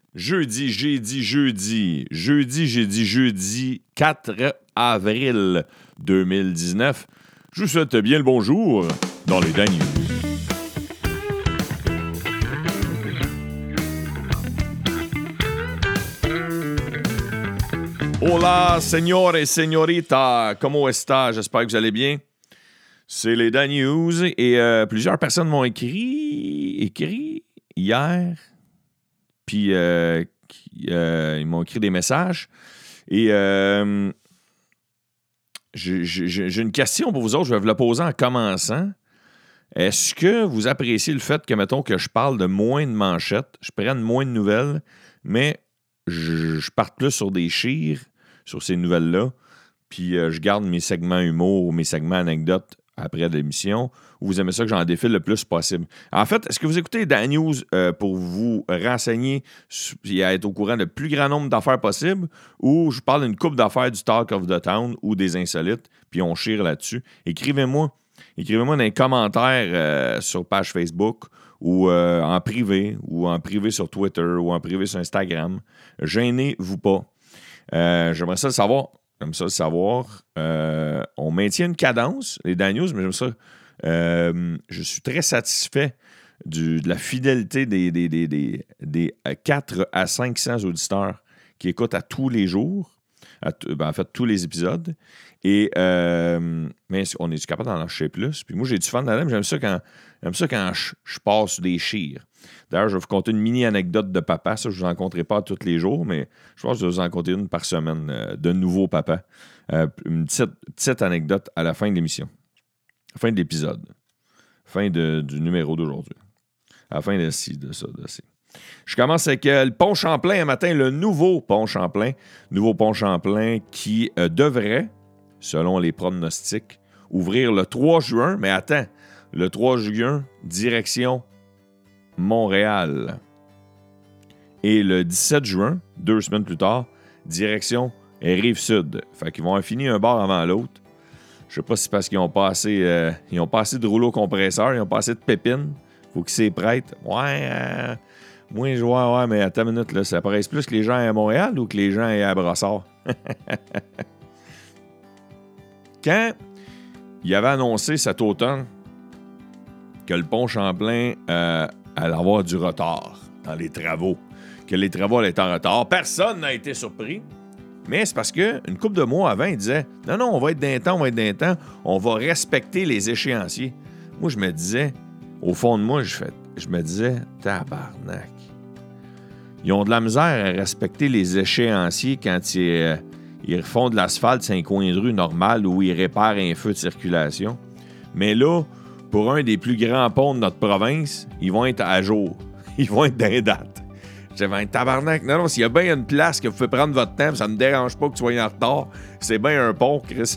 Jeudi, j'ai dit jeudi 4 avril 2019. Je vous souhaite bien le bonjour dans les Dan News. Hola, señor et señorita, ¿cómo está? J'espère que vous allez bien. C'est les Dan News et plusieurs personnes m'ont écrit hier. Puis ils m'ont écrit des messages. Et j'ai une question pour vous autres. Je vais vous la poser en commençant. Est-ce que vous appréciez le fait que, mettons, que je parle de moins de manchettes, je prenne moins de nouvelles, mais je parte plus sur des chires, sur ces nouvelles-là, puis je garde mes segments humour ou mes segments anecdotes après l'émission, ou vous aimez ça que j'en défile le plus possible? En fait, est-ce que vous écoutez Dan News pour vous renseigner et être au courant de plus grand nombre d'affaires possibles, ou je parle d'une couple d'affaires du Talk of the Town ou des insolites, puis on chire là-dessus? Écrivez-moi dans les commentaires sur page Facebook ou en privé sur Twitter ou en privé sur Instagram. Gênez-vous pas. J'aimerais ça le savoir. On maintient une cadence, les Dan News, mais j'aime ça. Je suis très satisfait de la fidélité des 4 à 500 auditeurs qui écoutent à tous les jours, en fait, tous les épisodes. Et mais on est capable d'en lâcher plus. Puis moi, j'ai du fun là-dedans. J'aime ça quand je passe des chires. D'ailleurs, je vais vous conter une mini-anecdote de papa. Ça, je ne vous en conterai pas tous les jours, mais je pense que je vais vous en conter une par semaine de nouveau papa. Une petite anecdote à la fin de l'émission. Fin de l'épisode. Fin du numéro d'aujourd'hui. À la fin de ça. Je commence avec le Pont Champlain un matin, le nouveau Pont Champlain. Nouveau Pont Champlain qui devrait, selon les pronostics, ouvrir le 3 juin. Mais attends, le 3 juin, direction Montréal. Et le 17 juin, 2 semaines plus tard, direction Rive-Sud. Fait qu'ils vont finir un bar avant l'autre. Je sais pas si c'est parce qu'ils ont pas assez de rouleaux compresseurs, ils n'ont pas assez de pépines. Faut qu'ils s'y prêtent. Moins je vois, mais attends une minute, là, ça paraît plus que les gens à Montréal ou que les gens à Brossard? Quand il avait annoncé cet automne que le pont Champlain allait avoir du retard dans les travaux, que les travaux allaient être en retard, personne n'a été surpris. Mais c'est parce qu'une couple de mois avant, il disait « Non, on va être d'un temps, on va respecter les échéanciers. » Moi, je me disais, au fond de moi, je me disais « Tabarnak. » Ils ont de la misère à respecter les échéanciers quand ils refont de l'asphalte sur un coin de rue normal où ils réparent un feu de circulation. Mais là, pour un des plus grands ponts de notre province, ils vont être à jour. Ils vont être dans les dates. J'avais un tabarnak. Non, s'il y a bien une place que vous pouvez prendre votre temps, ça ne me dérange pas que tu sois en retard. C'est bien un pont, Chris.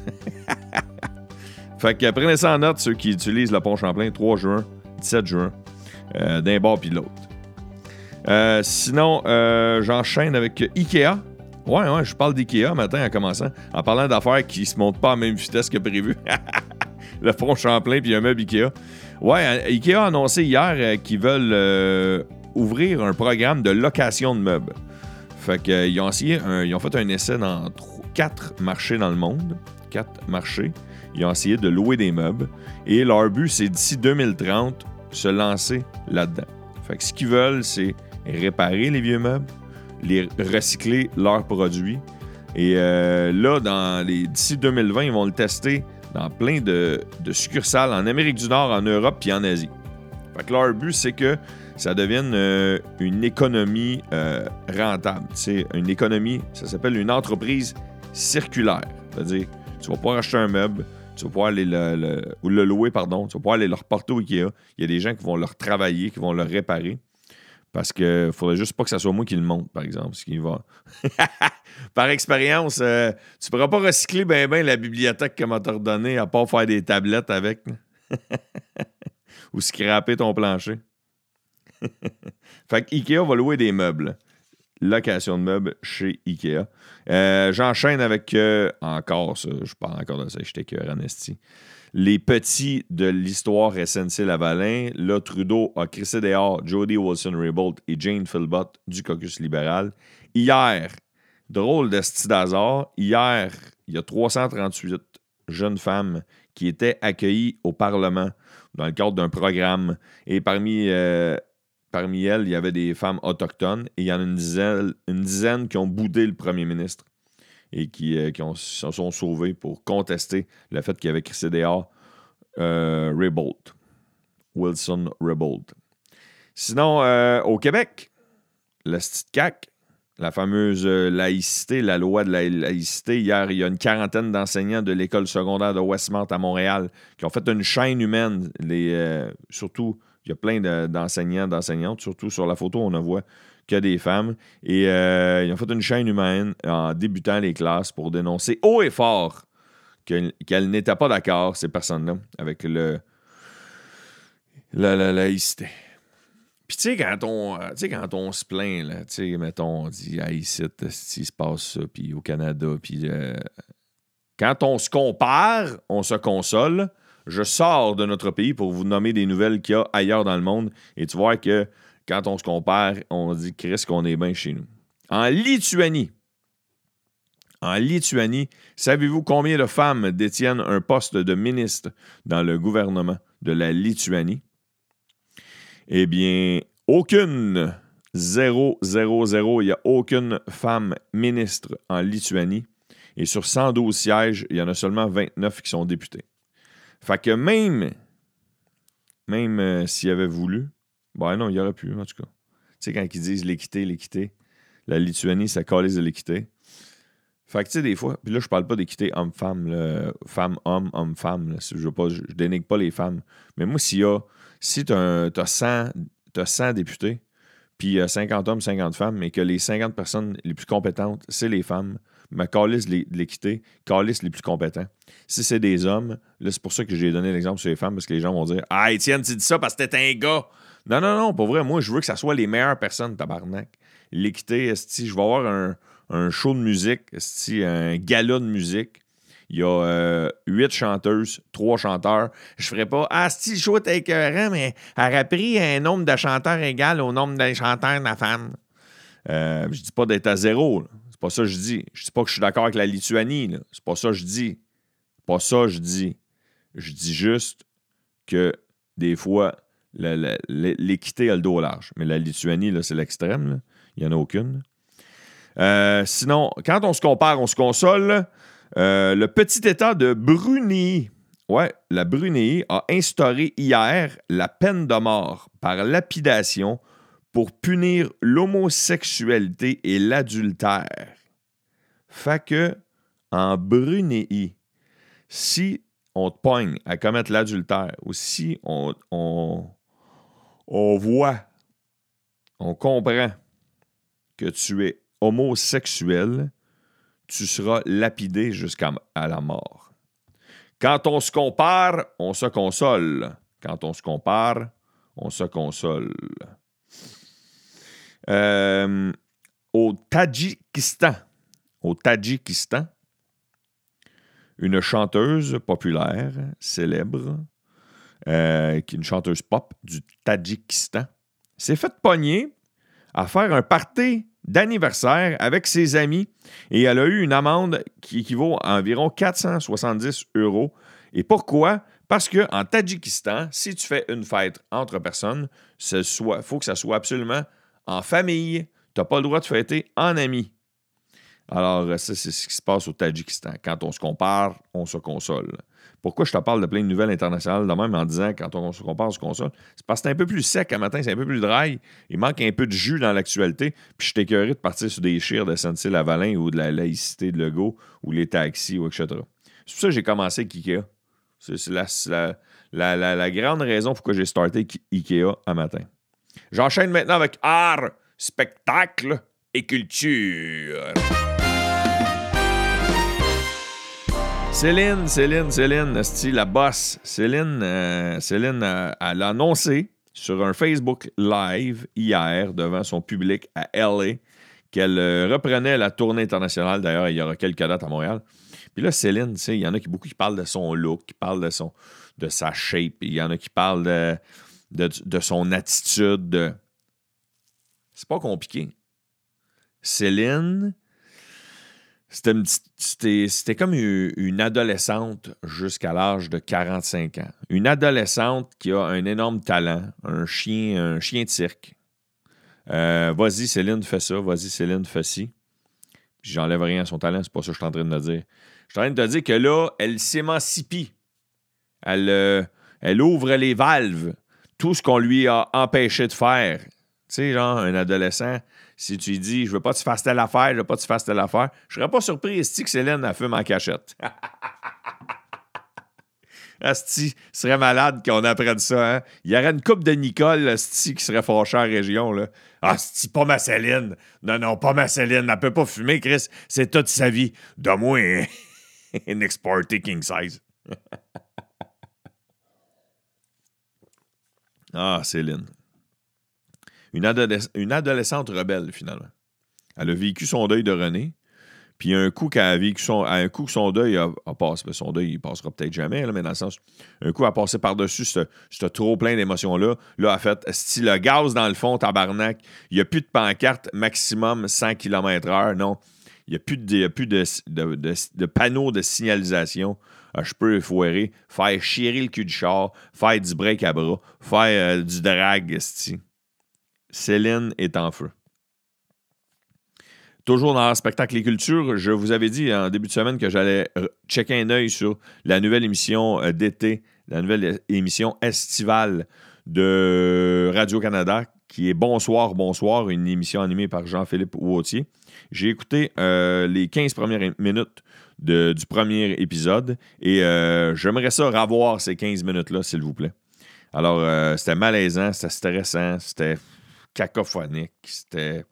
Fait que prenez ça en note, ceux qui utilisent le pont Champlain, 3 juin, 17 juin, d'un bord puis de l'autre. Sinon, j'enchaîne avec Ikea. Ouais, je parle d'Ikea matin en commençant, en parlant d'affaires qui se montent pas à la même vitesse que prévu. Le pont Champlain puis un meuble Ikea. Ouais, Ikea a annoncé hier qu'ils veulent ouvrir un programme de location de meubles. Fait qu'ils ont ils ont fait un essai dans 4 marchés dans le monde. 4 marchés. Ils ont essayé de louer des meubles. Et leur but, c'est d'ici 2030, se lancer là-dedans. Fait que ce qu'ils veulent, c'est réparer les vieux meubles, les recycler leurs produits. Et là, d'ici 2020, ils vont le tester dans plein de succursales en Amérique du Nord, en Europe puis en Asie. Fait que leur but, c'est que ça devienne une économie rentable. C'est une économie, ça s'appelle une entreprise circulaire. C'est-à-dire, tu vas pouvoir acheter un meuble, tu vas pouvoir aller le louer, tu vas pouvoir aller le reporter au Ikea. Il y a des gens qui vont le retravailler, qui vont le réparer. Parce qu'il ne faudrait juste pas que ça soit moi qui le monte, par exemple. Ce qui va. Par expérience, tu ne pourras pas recycler bien la bibliothèque que m'a ordonné à part faire des tablettes avec. Ou scraper ton plancher. Fait que Ikea va louer des meubles. Location de meubles chez Ikea. J'enchaîne avec encore ça. Je parle encore de ça. J'étais cœur en esti. les petits de l'histoire SNC-Lavalin. Là, Trudeau a crissé dehors Jody Wilson-Raybould et Jane Philpott du caucus libéral. Hier, drôle de style d'hasard, hier, il y a 338 jeunes femmes qui étaient accueillies au Parlement dans le cadre d'un programme. Et parmi elles, il y avait des femmes autochtones et il y en a une dizaine qui ont boudé le premier ministre et qui se sont sauvés pour contester le fait qu'il y avait crissé dehors Wilson-Raybould. Sinon, au Québec, la petite CAQ, la fameuse laïcité, la loi de la laïcité. Hier, il y a une quarantaine d'enseignants de l'école secondaire de Westmount à Montréal qui ont fait une chaîne humaine. Surtout, il y a plein d'enseignants, d'enseignantes. Surtout sur la photo, on ne voit que des femmes. Et ils ont fait une chaîne humaine en débutant les classes pour dénoncer haut et fort qu'elles n'étaient pas d'accord, ces personnes-là, avec la laïcité. Puis, tu sais, quand on se plaint, là, tu sais, mettons, on dit, ah, ici, il se passe ça, puis au Canada, puis quand on se compare, on se console. Je sors de notre pays pour vous nommer des nouvelles qu'il y a ailleurs dans le monde, et tu vois que quand on se compare, on dit, Chris, qu'on est bien chez nous. En Lituanie, savez-vous combien de femmes détiennent un poste de ministre dans le gouvernement de la Lituanie? Eh bien, aucune. 0, 0, 0. Il n'y a aucune femme ministre en Lituanie. Et sur 112 sièges, il y en a seulement 29 qui sont députés. Fait que même s'il avait voulu, ben non, il y aurait pu, en tout cas. Tu sais, quand ils disent l'équité, la Lituanie, ça calisse de l'équité. Fait que, tu sais, des fois, puis là, je parle pas d'équité homme-femme, femme-homme, homme-femme. Je dénigre pas les femmes. Mais moi, si t'as 100 députés, puis 50 hommes, 50 femmes, mais que les 50 personnes les plus compétentes, c'est les femmes, mais calisse de l'équité, calisse les plus compétents. Si c'est des hommes, là, c'est pour ça que j'ai donné l'exemple sur les femmes, parce que les gens vont dire « Ah, Étienne, tu dis ça parce que t'es un gars! » Non, pour vrai, moi, je veux que ça soit les meilleures personnes, tabarnak. L'équité, esti, je vais avoir un show de musique, esti, un gala de musique. Il y a 8 chanteuses, 3 chanteurs. Je ferais pas « Ah, si le show était écœurant, mais elle aurait pris un nombre de chanteurs égal au nombre de chanteurs de la femme. » Je dis pas d'être à zéro, là. C'est pas ça que je dis. Je dis pas que je suis d'accord avec la Lituanie, là. C'est pas ça que je dis. Je dis juste que des fois, l'équité a le dos large. Mais la Lituanie, là, c'est l'extrême, là. Il n'y en a aucune. Sinon, quand on se compare, on se console. Le petit État de Brunei, la Brunei a instauré hier la peine de mort par lapidation pour punir l'homosexualité et l'adultère. Fait que, en Brunei, si on te pogne à commettre l'adultère ou si on voit, on comprend que tu es homosexuel, tu seras lapidé jusqu'à la mort. Quand on se compare, on se console. Quand on se compare, on se console. Au Tadjikistan, une chanteuse populaire, célèbre, qui est une chanteuse pop du Tadjikistan, s'est faite pogner à faire un party d'anniversaire avec ses amis et elle a eu une amende qui équivaut à environ 470 €. Et pourquoi? Parce qu'en Tadjikistan, si tu fais une fête entre personnes, il faut que ça soit absolument en famille. Tu n'as pas le droit de fêter en amis. Alors, ça, c'est ce qui se passe au Tadjikistan. Quand on se compare, on se console. Pourquoi je te parle de plein de nouvelles internationales de même en disant quand on se compare, on se console? C'est parce que c'est un peu plus sec à matin, c'est un peu plus dry. Il manque un peu de jus dans l'actualité. Puis je suis écœuré de partir sur des chires de SNC-Lavalin ou de la laïcité de Legault ou les taxis ou etc. C'est pour ça que j'ai commencé avec Ikea. C'est la grande raison pourquoi j'ai starté Ikea à matin. J'enchaîne maintenant avec art, spectacle et culture. Céline, la boss. Céline, elle a annoncé sur un Facebook Live hier devant son public à LA qu'elle reprenait la tournée internationale. D'ailleurs, il y aura quelques dates à Montréal. Puis là, Céline, tu sais, il y en a beaucoup qui parlent de son look, qui parlent de sa shape. Il y en a qui parlent de son attitude. C'est pas compliqué. Céline, c'était comme une adolescente jusqu'à l'âge de 45 ans. Une adolescente qui a un énorme talent, un chien de cirque. Vas-y, Céline, fais ça. Vas-y, Céline, fais ci. Puis j'enlève rien à son talent, c'est pas ça que je suis en train de te dire. Je suis en train de te dire que là, elle s'émancipie. Elle ouvre les valves. Tout ce qu'on lui a empêché de faire. Tu sais, genre, un adolescent, si tu lui dis « Je veux pas que tu fasses telle affaire, je veux pas que tu fasses telle affaire », je serais pas surpris, esti, que Céline a fume en cachette. Asti, serait malade qu'on apprenne ça, hein? Il y aurait une couple de Nicole, asti, qui serait fâchée en région, là. Asti, pas ma Céline. Non, pas ma Céline. Elle peut pas fumer, Chris. C'est toute sa vie. Donne-moi un exporté king size. Céline. Une adolescente rebelle, finalement. Elle a vécu son deuil de René. Puis un coup qu'elle a vécu son deuil a passé. Son deuil, il passera peut-être jamais, là, mais dans le sens, un coup, elle a passé par-dessus ce trop plein d'émotions-là. Là, elle a fait, style le gaz dans le fond, tabarnak. Il n'y a plus de pancarte maximum 100 km/h. Non. Il n'y a plus de panneaux de signalisation. Je peux foirer, faire chier le cul du char, faire du break à bras, faire du drag, esti. Céline est en feu. Toujours dans spectacle et culture, je vous avais dit en début de semaine que j'allais checker un œil sur la nouvelle émission d'été, la nouvelle émission estivale de Radio-Canada, qui est Bonsoir, Bonsoir, une émission animée par Jean-Philippe Wautier. J'ai écouté les 15 premières minutes du premier épisode et j'aimerais ça revoir ces 15 minutes-là, s'il vous plaît. Alors, c'était malaisant, c'était stressant, c'était cacophonique, c'était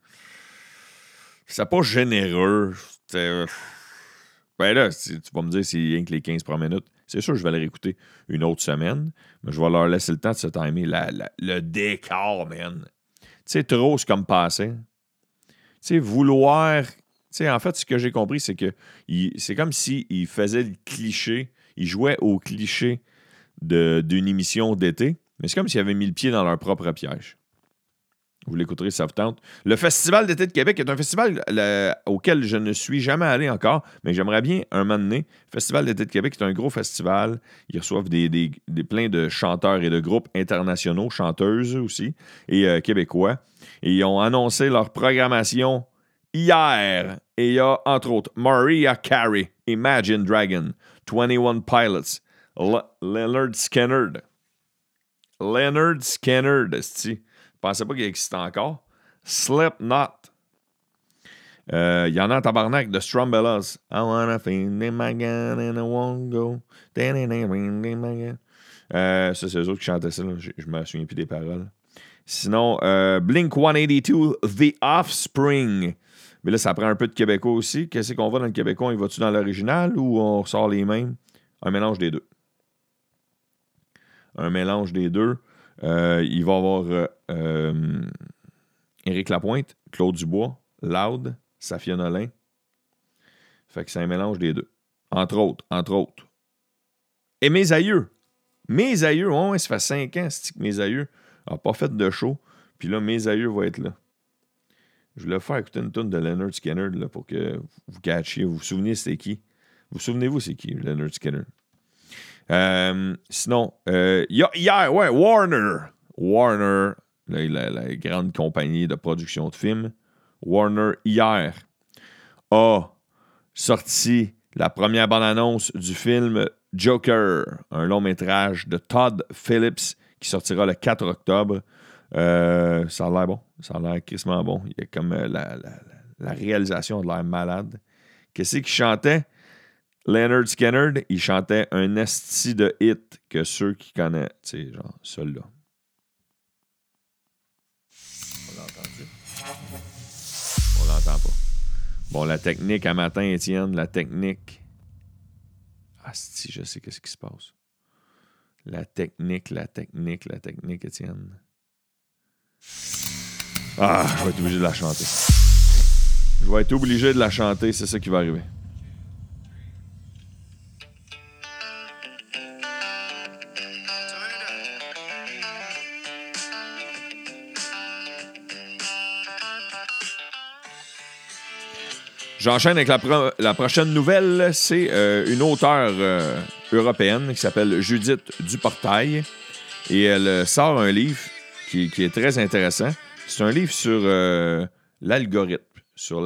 pas généreux. Ben là, tu vas me dire c'est rien que les 15 premières minutes. C'est sûr que je vais les réécouter une autre semaine, mais je vais leur laisser le temps de se timer le décor, man. Tu sais, trop, c'est comme passé. Tu sais, vouloir... Tu sais, en fait, ce que j'ai compris, c'est que c'est comme s'il faisait le cliché, il jouait au cliché d'une émission d'été, mais c'est comme s'ils avaient mis le pied dans leur propre piège. Vous l'écouterez si ça vous tente. Le Festival d'été de Québec est un festival auquel je ne suis jamais allé encore, mais j'aimerais bien un moment donné. Le Festival d'été de Québec est un gros festival. Ils reçoivent plein de chanteurs et de groupes internationaux, chanteuses aussi, et québécois. Et ils ont annoncé leur programmation hier. Et il y a, entre autres, Mariah Carey, Imagine Dragon, 21 Pilots, Leonard Skinner. Leonard Skinner, esti. Je pensais pas qu'il existait encore. Slipknot. Il y en a en tabarnak de Strumbellas. I wanna feel in my gun and I won't go. Ça, c'est eux autres qui chantaient ça. Là. Je me souviens plus des paroles. Sinon, Blink-182, The Offspring. Mais là, ça prend un peu de québécois aussi. Qu'est-ce qu'on va dans le québécois? Il va-tu dans l'original ou on ressort les mêmes? Un mélange des deux. Un mélange des deux. Il va y avoir Éric Lapointe, Claude Dubois, Loud, Safia Nolin. Fait que c'est un mélange des deux. Entre autres. Et mes aïeux, ouais, ça fait 5 ans que mes aïeux n'ont pas fait de show. Puis là, mes aïeux vont être là. Je voulais faire écouter une tune de Leonard Skinner là, pour que vous catchiez. Vous vous souvenez c'est qui? Vous souvenez-vous c'est qui, Leonard Skinner? Sinon, hier, ouais, Warner, la grande compagnie de production de films, Warner, hier, a sorti la première bande-annonce du film Joker, un long-métrage de Todd Phillips qui sortira le 4 octobre. Ça a l'air bon. Ça a l'air crissement bon. Il y a comme la réalisation de l'air malade. Qu'est-ce qu'il chantait? Leonard Skinner, il chantait un esti de hit que ceux qui connaissent, tu sais, genre, celui-là. On l'entend pas. Bon, la technique à matin, Étienne, la technique. Ah, si, je sais qu'est-ce qui se passe. La technique, Étienne. Ah, je vais être obligé de la chanter. C'est ça qui va arriver. J'enchaîne avec la prochaine nouvelle. C'est une auteure européenne qui s'appelle Judith Duportail. Et elle sort un livre qui est très intéressant. C'est un livre sur l'algorithme. Sur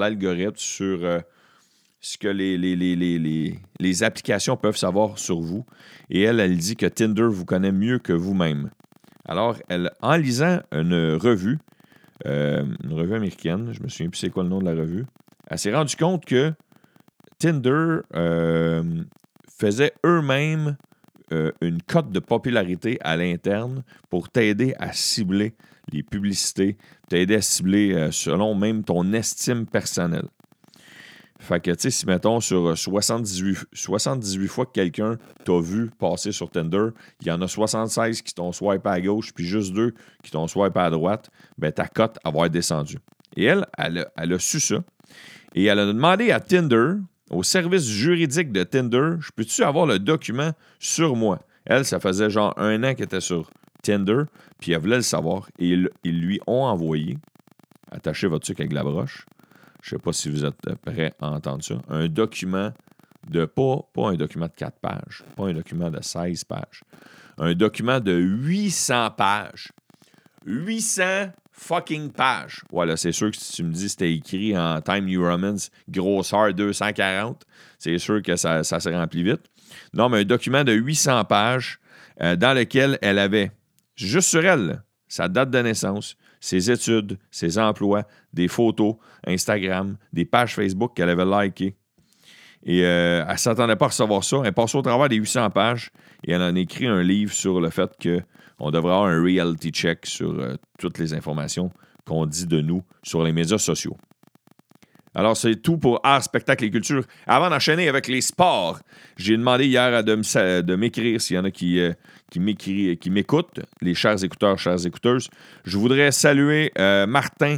ce que les applications peuvent savoir sur vous. Et elle dit que Tinder vous connaît mieux que vous-même. Alors, en lisant une revue américaine, je me souviens plus c'est quoi le nom de la revue, elle s'est rendue compte que Tinder faisait eux-mêmes une cote de popularité à l'interne pour t'aider à cibler les publicités, t'aider à cibler selon même ton estime personnelle. Fait que, tu sais, si, mettons, sur 78 fois que quelqu'un t'a vu passer sur Tinder, il y en a 76 qui t'ont swipé à gauche, puis juste 2 qui t'ont swipé à droite, ben ta cote va avoir descendu. Et elle a su ça. Et elle a demandé à Tinder, au service juridique de Tinder, je peux-tu avoir le document sur moi? Elle, ça faisait genre 1 an qu'elle était sur Tinder, puis elle voulait le savoir. Et ils lui ont envoyé, attachez votre truc avec la broche, je ne sais pas si vous êtes prêts à entendre ça, un document de pas un document de 4 pages, pas un document de 16 pages, un document de 800 pages. 800 fucking pages. Voilà, c'est sûr que si tu me dis que c'était écrit en Time New Roman, grosseur 240, c'est sûr que ça se remplit vite. Non, mais un document de 800 pages dans lequel elle avait, juste sur elle, sa date de naissance, ses études, ses emplois, des photos, Instagram, des pages Facebook qu'elle avait likées. Et elle ne s'attendait pas à recevoir ça. Elle passe au travers des 800 pages et elle en a écrit un livre sur le fait qu'on devrait avoir un reality check sur toutes les informations qu'on dit de nous sur les médias sociaux. Alors, c'est tout pour art, spectacle et culture. Avant d'enchaîner avec les sports, j'ai demandé hier de m'écrire s'il y en a qui m'écoutent, les chers écouteurs, chères écouteuses. Je voudrais saluer Martin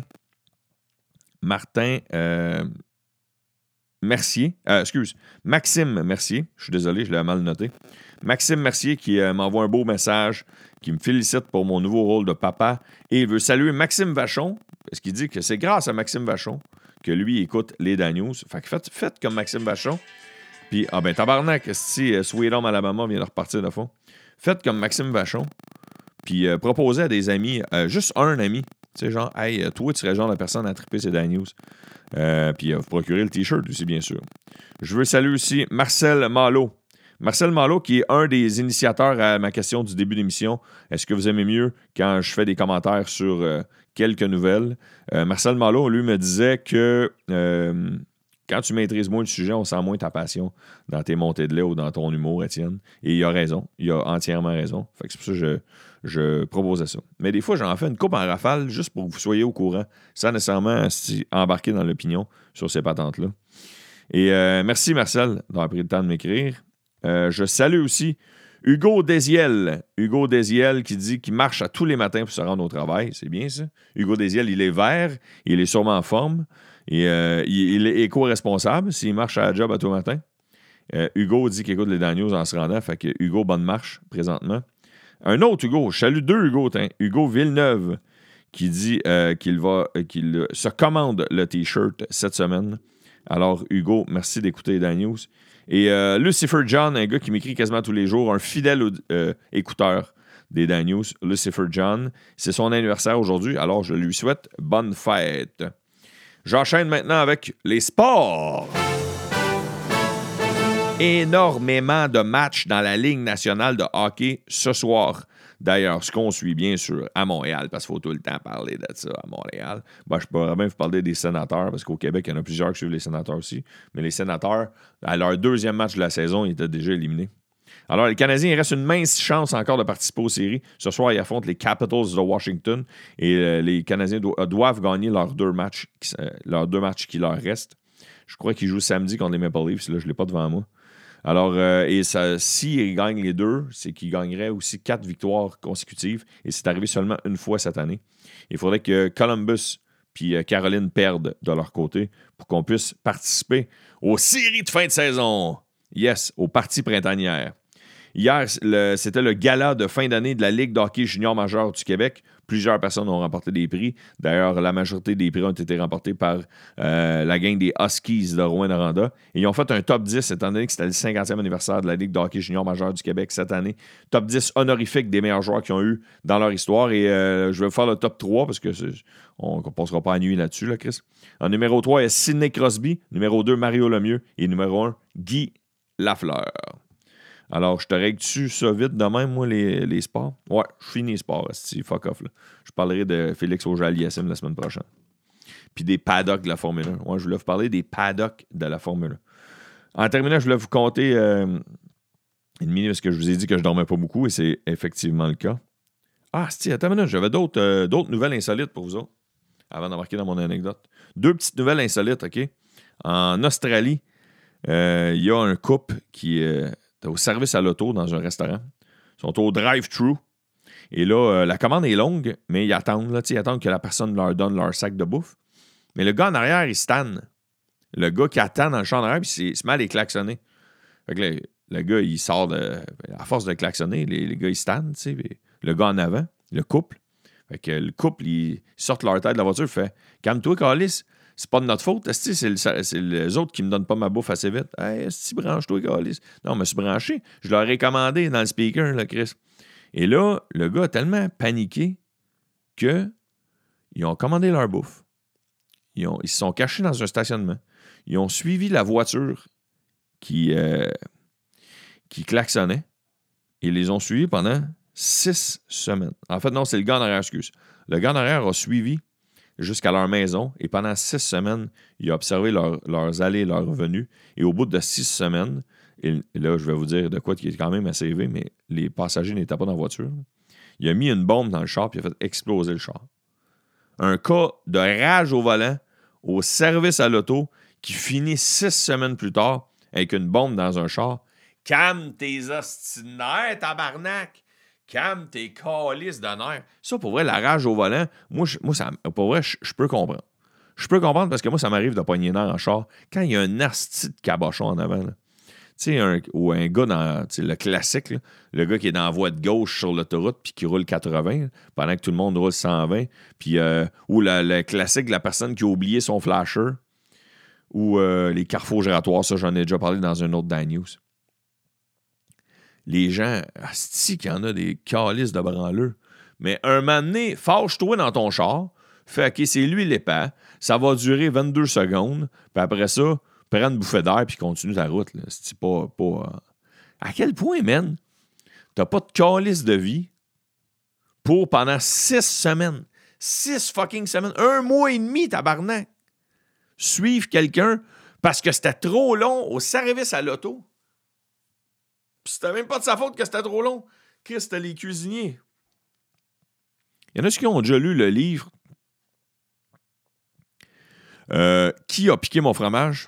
Mercier. Maxime Mercier. Je suis désolé, je l'ai mal noté. Maxime Mercier qui m'envoie un beau message, qui me félicite pour mon nouveau rôle de papa. Et il veut saluer Maxime Vachon, parce qu'il dit que c'est grâce à Maxime Vachon que lui écoute les Dan News. Fait que faites comme Maxime Vachon. Puis, tabarnak, si Sweet Home Alabama vient de repartir de fond. Faites comme Maxime Vachon. Puis, proposez à des amis, juste un ami. Tu sais, genre, hey, toi, tu serais genre la personne à triper ces Dan News. Puis, vous procurez le T-shirt aussi, bien sûr. Je veux saluer aussi Marcel Malo. Marcel Malo, qui est un des initiateurs à ma question du début d'émission. Est-ce que vous aimez mieux quand je fais des commentaires sur quelques nouvelles? Marcel Malo, lui, me disait que quand tu maîtrises moins le sujet, on sent moins ta passion dans tes montées de lait ou dans ton humour, Étienne. Et il a raison. Il a entièrement raison. Fait que c'est pour ça que je proposais ça. Mais des fois, j'en fais une coupe en rafale juste pour que vous soyez au courant, sans nécessairement embarquer dans l'opinion sur ces patentes-là. Et merci, Marcel, d'avoir pris le temps de m'écrire. Je salue aussi Hugo Désiel. Hugo Désiel qui dit qu'il marche à tous les matins pour se rendre au travail. C'est bien ça. Hugo Désiel, il est vert. Il est sûrement en forme. Et il est éco-responsable s'il marche à la job à tous les matins. Hugo dit qu'il écoute les Dan News en se rendant. Fait que Hugo, bonne marche présentement. Un autre Hugo. Je salue 2 Hugo. Hugo Villeneuve qui dit qu'il se commande le T-shirt cette semaine. Alors, Hugo, merci d'écouter les Dan News. Et Lucifer John, un gars qui m'écrit quasiment tous les jours, un fidèle écouteur des Dan News, Lucifer John. C'est son anniversaire aujourd'hui, alors je lui souhaite bonne fête. J'enchaîne maintenant avec les sports. Énormément de matchs dans la Ligue nationale de hockey ce soir. D'ailleurs, ce qu'on suit bien sûr à Montréal, parce qu'il faut tout le temps parler de ça à Montréal. Je pourrais bien vous parler des Sénateurs, parce qu'au Québec, il y en a plusieurs qui suivent les Sénateurs aussi. Mais les Sénateurs, à leur 2e match de la saison, ils étaient déjà éliminés. Alors, les Canadiens, il reste une mince chance encore de participer aux séries. Ce soir, ils affrontent les Capitals de Washington et les Canadiens doivent gagner leurs 2 matchs qui leur restent. Je crois qu'ils jouent samedi contre les Maple Leafs. Là, je ne l'ai pas devant moi. Alors, s'ils gagnent les 2, c'est qu'ils gagneraient aussi 4 victoires consécutives. Et c'est arrivé seulement une fois cette année. Il faudrait que Columbus puis Caroline perdent de leur côté pour qu'on puisse participer aux séries de fin de saison. Yes, aux parties printanières. Hier, c'était le gala de fin d'année de la Ligue de hockey junior majeur du Québec. Plusieurs personnes ont remporté des prix. D'ailleurs, la majorité des prix ont été remportés par la gang des Huskies de Rouyn-Noranda. Et ils ont fait un top 10, étant donné que c'était le 50e anniversaire de la Ligue de hockey junior majeur du Québec cette année. Top 10 honorifique des meilleurs joueurs qu'ils ont eu dans leur histoire. Et je vais faire le top 3 parce qu'on ne passera pas la nuit là-dessus, là, Chris. En numéro 3, il y a Sidney Crosby. Numéro 2, Mario Lemieux. Et numéro 1, Guy Lafleur. Alors, je te règle dessus ça vite de même, moi, les sports. Ouais, je finis les sports, fuck off. Là. Je parlerai de Félix Auger-Aliassime la semaine prochaine. Puis des paddocks de la Formule 1. Ouais, je voulais vous parler des paddocks de la Formule 1. En terminant, je voulais vous conter une minute parce que je vous ai dit que je dormais pas beaucoup et c'est effectivement le cas. Ah, attends une minute, j'avais d'autres nouvelles insolites pour vous autres avant d'embarquer dans mon anecdote. 2 petites nouvelles insolites, OK? En Australie, il y a un couple qui est au service à l'auto dans un restaurant. Ils sont au drive-thru. Et là, la commande est longue, mais ils attendent. Là, ils attendent que la personne leur donne leur sac de bouffe. Mais le gars en arrière, il stanne. Le gars qui attend dans le champ en arrière, puis il se met à les klaxonner. Fait que là, le gars, il sort de... À force de klaxonner, les gars, ils stannent. Le gars en avant, le couple. Fait que le couple, ils sortent leur tête de la voiture, fait « Calme-toi, Calice. C'est pas de notre faute. C'est les autres qui me donnent pas ma bouffe assez vite. Hey, branche-toi, Calice. » Non, je me suis branché. Je leur ai commandé dans le speaker, là, Chris. Et là, le gars a tellement paniqué qu'ils ont commandé leur bouffe. Ils se sont cachés dans un stationnement. Ils ont suivi la voiture qui klaxonnait et ils les ont suivis pendant 6 semaines. En fait, non, c'est le gars en arrière, excuse. Le gars en arrière a suivi jusqu'à leur maison et pendant 6 semaines, il a observé leurs allées et leurs venues. Et au bout de 6 semaines, et là, je vais vous dire de quoi qui est quand même assez élevé, mais les passagers n'étaient pas dans la voiture. Il a mis une bombe dans le char et il a fait exploser le char. Un cas de rage au volant au service à l'auto qui finit 6 semaines plus tard avec une bombe dans un char. Calme tes ostinaires, tabarnak! Calme tes calices de nerfs. Ça, pour vrai, la rage au volant, moi ça, pour vrai, je peux comprendre. Je peux comprendre parce que moi, ça m'arrive de pogner les nerfs en char quand il y a un asti de cabochon en avant. Tu sais, ou un gars dans le classique, là, le gars qui est dans la voie de gauche sur l'autoroute puis qui roule 80 là, pendant que tout le monde roule 120. Puis, ou le classique de la personne qui a oublié son flasher. Ou les carrefours giratoires, ça, j'en ai déjà parlé dans un autre Dan News. Les gens, asti qu'il y en a des calices de branleux. Mais un moment donné, fâche-toi dans ton char, fais OK, c'est lui l'épais, ça va durer 22 secondes, puis après ça, prends une bouffée d'air puis continue ta route. Là. C'est pas À quel point, man, t'as pas de calice de vie pour pendant 6 semaines. 6 fucking semaines. 1 mois et demi, tabarnak. Suivre quelqu'un parce que c'était trop long au service à l'auto. Puis c'était même pas de sa faute que c'était trop long. Chris, c'était les cuisiniers. Il y en a qui ont déjà lu le livre Qui a piqué mon fromage?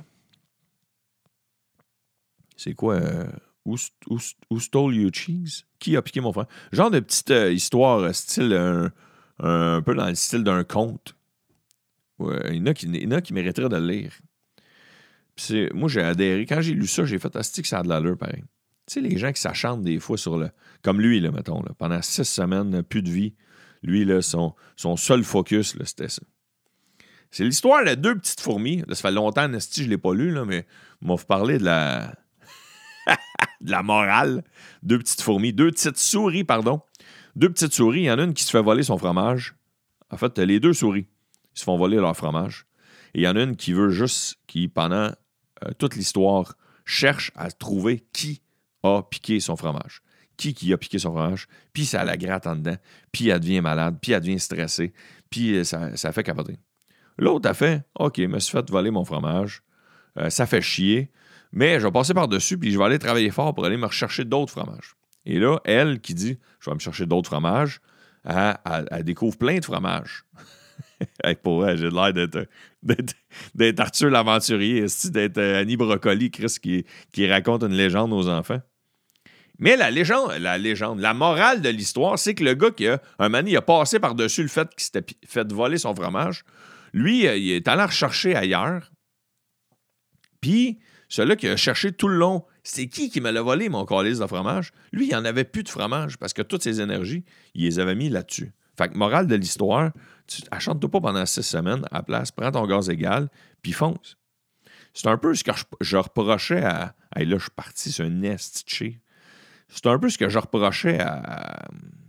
C'est quoi? Who stole your cheese? Qui a piqué mon fromage? Genre de petite histoire style un peu dans le style d'un conte. Ouais, il y en a qui mériteraient de le lire. Moi, j'ai adhéré. Quand j'ai lu ça, j'ai fait asti que ça a de l'allure, pareil. Tu sais, les gens qui s'acharnent des fois sur le... Comme lui, là, mettons, là, pendant 6 semaines, plus de vie. Lui, là, son seul focus, là, c'était ça. C'est l'histoire de 2 petites fourmis. Là, ça fait longtemps, Nasty, je ne l'ai pas lu, là, mais on m'a parlé de la... de la morale. 2 petites fourmis. 2 petites souris, pardon. 2 petites souris. Il y en a une qui se fait voler son fromage. En fait, les 2 souris. Ils se font voler leur fromage. Et il y en a une qui veut juste, qui, pendant toute l'histoire, cherche à trouver qui a piqué son fromage. Qui a piqué son fromage, puis ça la gratte en dedans, puis elle devient malade, puis elle devient stressée, puis ça fait capoter. L'autre a fait, OK, je me suis fait voler mon fromage, ça fait chier, mais je vais passer par-dessus, puis je vais aller travailler fort pour aller me rechercher d'autres fromages. Et là, elle qui dit, je vais me chercher d'autres fromages, elle découvre plein de fromages. Pour vrai, j'ai l'air d'être Arthur l'aventurier, d'être Annie Brocoli, Chris, qui raconte une légende aux enfants. Mais la morale de l'histoire, c'est que le gars qui un moment donné, il a passé par-dessus le fait qu'il s'était fait voler son fromage. Lui, il est allé rechercher ailleurs. Puis, celui-là qui a cherché tout le long, c'est qui me l'a volé, mon calice de fromage? Lui, il n'en avait plus de fromage parce que toutes ses énergies, il les avait mis là-dessus. Fait que, morale de l'histoire, achante-toi pas pendant 6 semaines à la place, prends ton gaz égal, puis fonce. C'est un peu ce que je reprochais à... Hey, là, je suis parti sur un nest chier. C'est un peu ce que je reprochais à...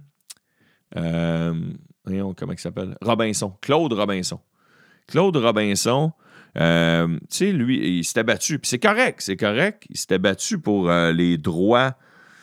comment il s'appelle? Robinson. Claude Robinson. Claude Robinson, tu sais, lui, il s'était battu. Puis c'est correct. Il s'était battu pour les droits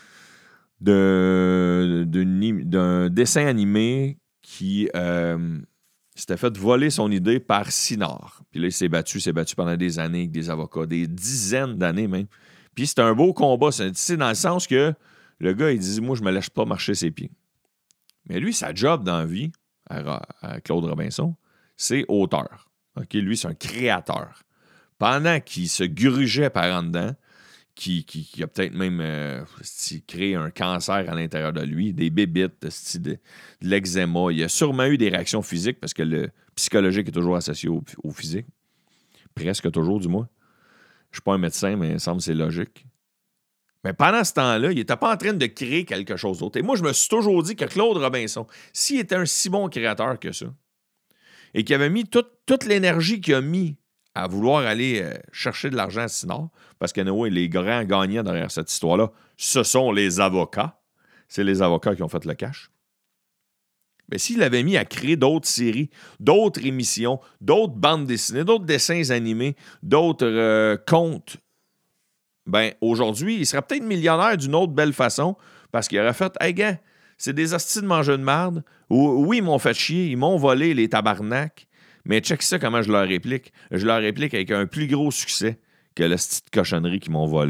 d'un dessin animé qui s'était fait voler son idée par Sinard. Puis là, il s'est battu pendant des années avec des avocats, des dizaines d'années même. Puis c'était un beau combat, c'est dans le sens que le gars, il dit « Moi, je me laisse pas marcher ses pieds ». Mais lui, sa job dans la vie, à Claude Robinson, c'est auteur. OK? Lui, c'est un créateur. Pendant qu'il se grugeait par en dedans, qui a peut-être même créé un cancer à l'intérieur de lui, des bébites, de l'eczéma. Il a sûrement eu des réactions physiques parce que le psychologique est toujours associé au physique. Presque toujours, du moins. Je ne suis pas un médecin, mais il me semble que c'est logique. Mais pendant ce temps-là, il n'était pas en train de créer quelque chose d'autre. Et moi, je me suis toujours dit que Claude Robinson, s'il était un si bon créateur que ça, et qu'il avait mis toute l'énergie qu'il a mis à vouloir aller chercher de l'argent à Sinard, parce que les grands gagnants derrière cette histoire-là, ce sont les avocats. C'est les avocats qui ont fait le cash. Mais s'il avait mis à créer d'autres séries, d'autres émissions, d'autres bandes dessinées, d'autres dessins animés, d'autres contes, ben aujourd'hui, il serait peut-être millionnaire d'une autre belle façon parce qu'il aurait fait « Hey, gars, c'est des hosties de mangeux de marde. Oui, ils m'ont fait chier, ils m'ont volé les tabarnaks, mais check ça comment je leur réplique. Je leur réplique avec un plus gros succès que la petite cochonnerie qu'ils m'ont volé. »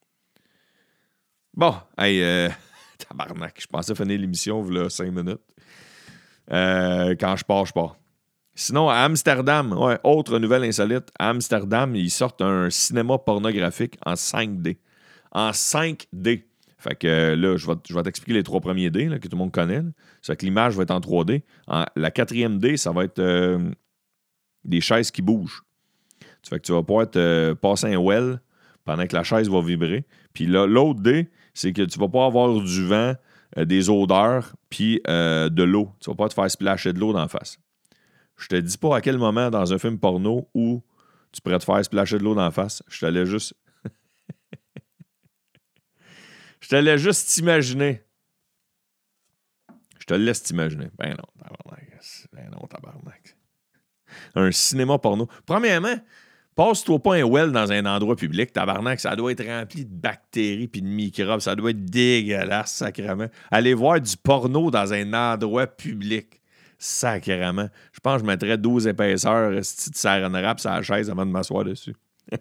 Bon, hey, tabarnak, je pensais finir l'émission il y a 5 minutes. Quand je pars. Sinon, à Amsterdam, autre nouvelle insolite, à Amsterdam, ils sortent un cinéma pornographique en 5D. En 5D. Fait que là, je vais t'expliquer les 3 premiers D là, que tout le monde connaît. Là. Ça fait que l'image va être en 3D. La 4e D, ça va être des chaises qui bougent. Ça fait que tu vas pouvoir te passer un well pendant que la chaise va vibrer. Puis là, l'autre D, c'est que tu vas pas avoir du vent, des odeurs, puis de l'eau. Tu vas pas te faire splasher de l'eau d'en face. Je te dis pas à quel moment dans un film porno où tu pourrais te faire splasher de l'eau d'en face. Je te laisse juste... Je te laisse juste t'imaginer. Je te laisse t'imaginer. Ben non, tabarnak. Un cinéma porno. Premièrement, passe-toi pas un well dans un endroit public, tabarnak. Ça doit être rempli de bactéries puis de microbes. Ça doit être dégueulasse, sacrément. Allez voir du porno dans un endroit public. Sacrément. Je pense que je mettrais 12 épaisseurs de saran wrap sur la chaise avant de m'asseoir dessus.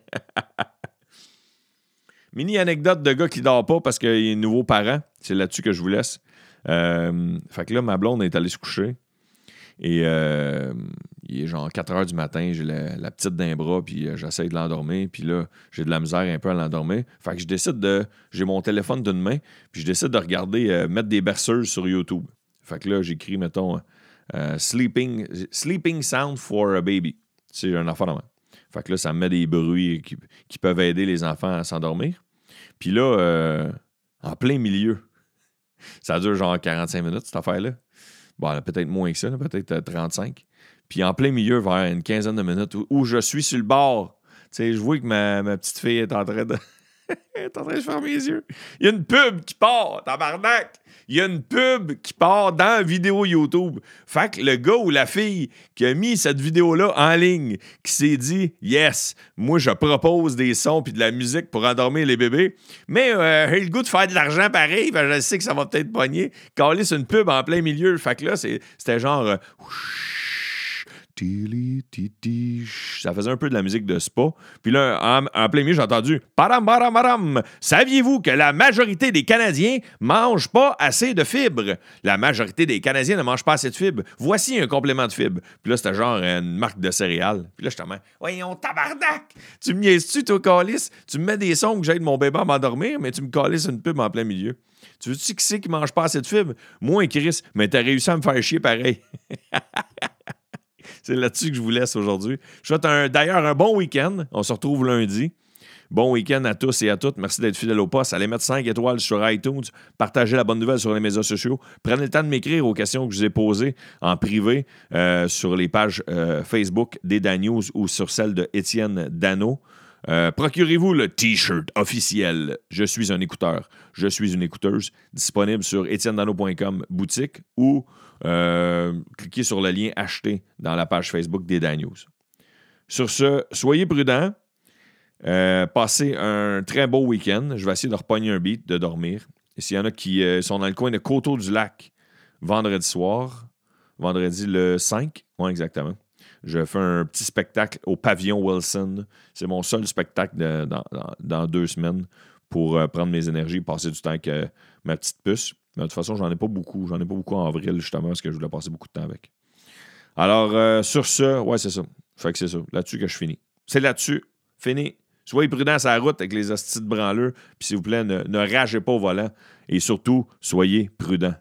Mini anecdote de gars qui dort pas parce qu'il y a un nouveau parent. C'est là-dessus que je vous laisse. Fait que là, ma blonde est allée se coucher. Et il est genre 4 heures du matin. J'ai la petite d'un bras, puis j'essaie de l'endormir. Puis là, j'ai de la misère un peu à l'endormir. Fait que je décide j'ai mon téléphone d'une main, puis je décide de regarder, mettre des berceuses sur YouTube. Fait que là, j'écris, mettons, sleeping sound for a baby. C'est un enfant de main. Fait que là, ça me met des bruits qui peuvent aider les enfants à s'endormir. Puis là, en plein milieu, ça dure genre 45 minutes, cette affaire-là. Bon, peut-être moins que ça, peut-être 35. Puis en plein milieu, vers une quinzaine de minutes, où je suis sur le bord. Tu sais, je vois que ma petite fille est en train de... Elle est en train de fermer les yeux. Il y a une pub qui part, tabarnak! Il y a une pub qui part dans la vidéo YouTube. Fait que le gars ou la fille qui a mis cette vidéo-là en ligne, qui s'est dit « Yes, moi je propose des sons puis de la musique pour endormir les bébés, mais j'ai le goût de faire de l'argent pareil, je sais que ça va peut-être pogner. » Caler sur une pub en plein milieu. Fait que là, c'était genre... Ça faisait un peu de la musique de spa. Puis là, en plein milieu, j'ai entendu « Param, param, param! Saviez-vous que la majorité des Canadiens mangent pas assez de fibres? La majorité des Canadiens ne mangent pas assez de fibres. Voici un complément de fibres. » Puis là, c'était genre une marque de céréales. Puis là, je te dis « Voyons, tabarnak! Tu me niaises-tu, toi, calice? Tu me mets des sons que j'aide mon bébé à m'endormir, mais tu me calisses une pub en plein milieu. Tu veux-tu qui c'est qui mange pas assez de fibres? Moi, Chris, mais t'as réussi à me faire chier pareil. » C'est là-dessus que je vous laisse aujourd'hui. Je souhaite d'ailleurs un bon week-end. On se retrouve lundi. Bon week-end à tous et à toutes. Merci d'être fidèles au poste. Allez mettre 5 étoiles sur iTunes. Partagez la bonne nouvelle sur les médias sociaux. Prenez le temps de m'écrire aux questions que je vous ai posées en privé sur les pages Facebook des Dan News ou sur celle de Étienne Dano. Procurez-vous le T-shirt officiel. Je suis un écouteur. Je suis une écouteuse. Disponible sur etiennedano.com boutique ou cliquez sur le lien acheter dans la page Facebook des Dan News. Sur ce, soyez prudents. Passez un très beau week-end. Je vais essayer de repogner un beat, de dormir. Et s'il y en a qui sont dans le coin de Coteau-du-Lac vendredi soir, vendredi le 5, oui, exactement. Je fais un petit spectacle au Pavillon Wilson. C'est mon seul spectacle dans 2 semaines pour prendre mes énergies et passer du temps avec ma petite puce. Mais de toute façon, j'en ai pas beaucoup. J'en ai pas beaucoup en avril, justement, parce que je voulais passer beaucoup de temps avec. Alors, sur ce, ouais, c'est ça. Fait que c'est ça. Là-dessus que je finis. C'est là-dessus. Fini. Soyez prudents sur la route avec les hosties de branleux. Puis s'il vous plaît, ne ragez pas au volant. Et surtout, soyez prudents.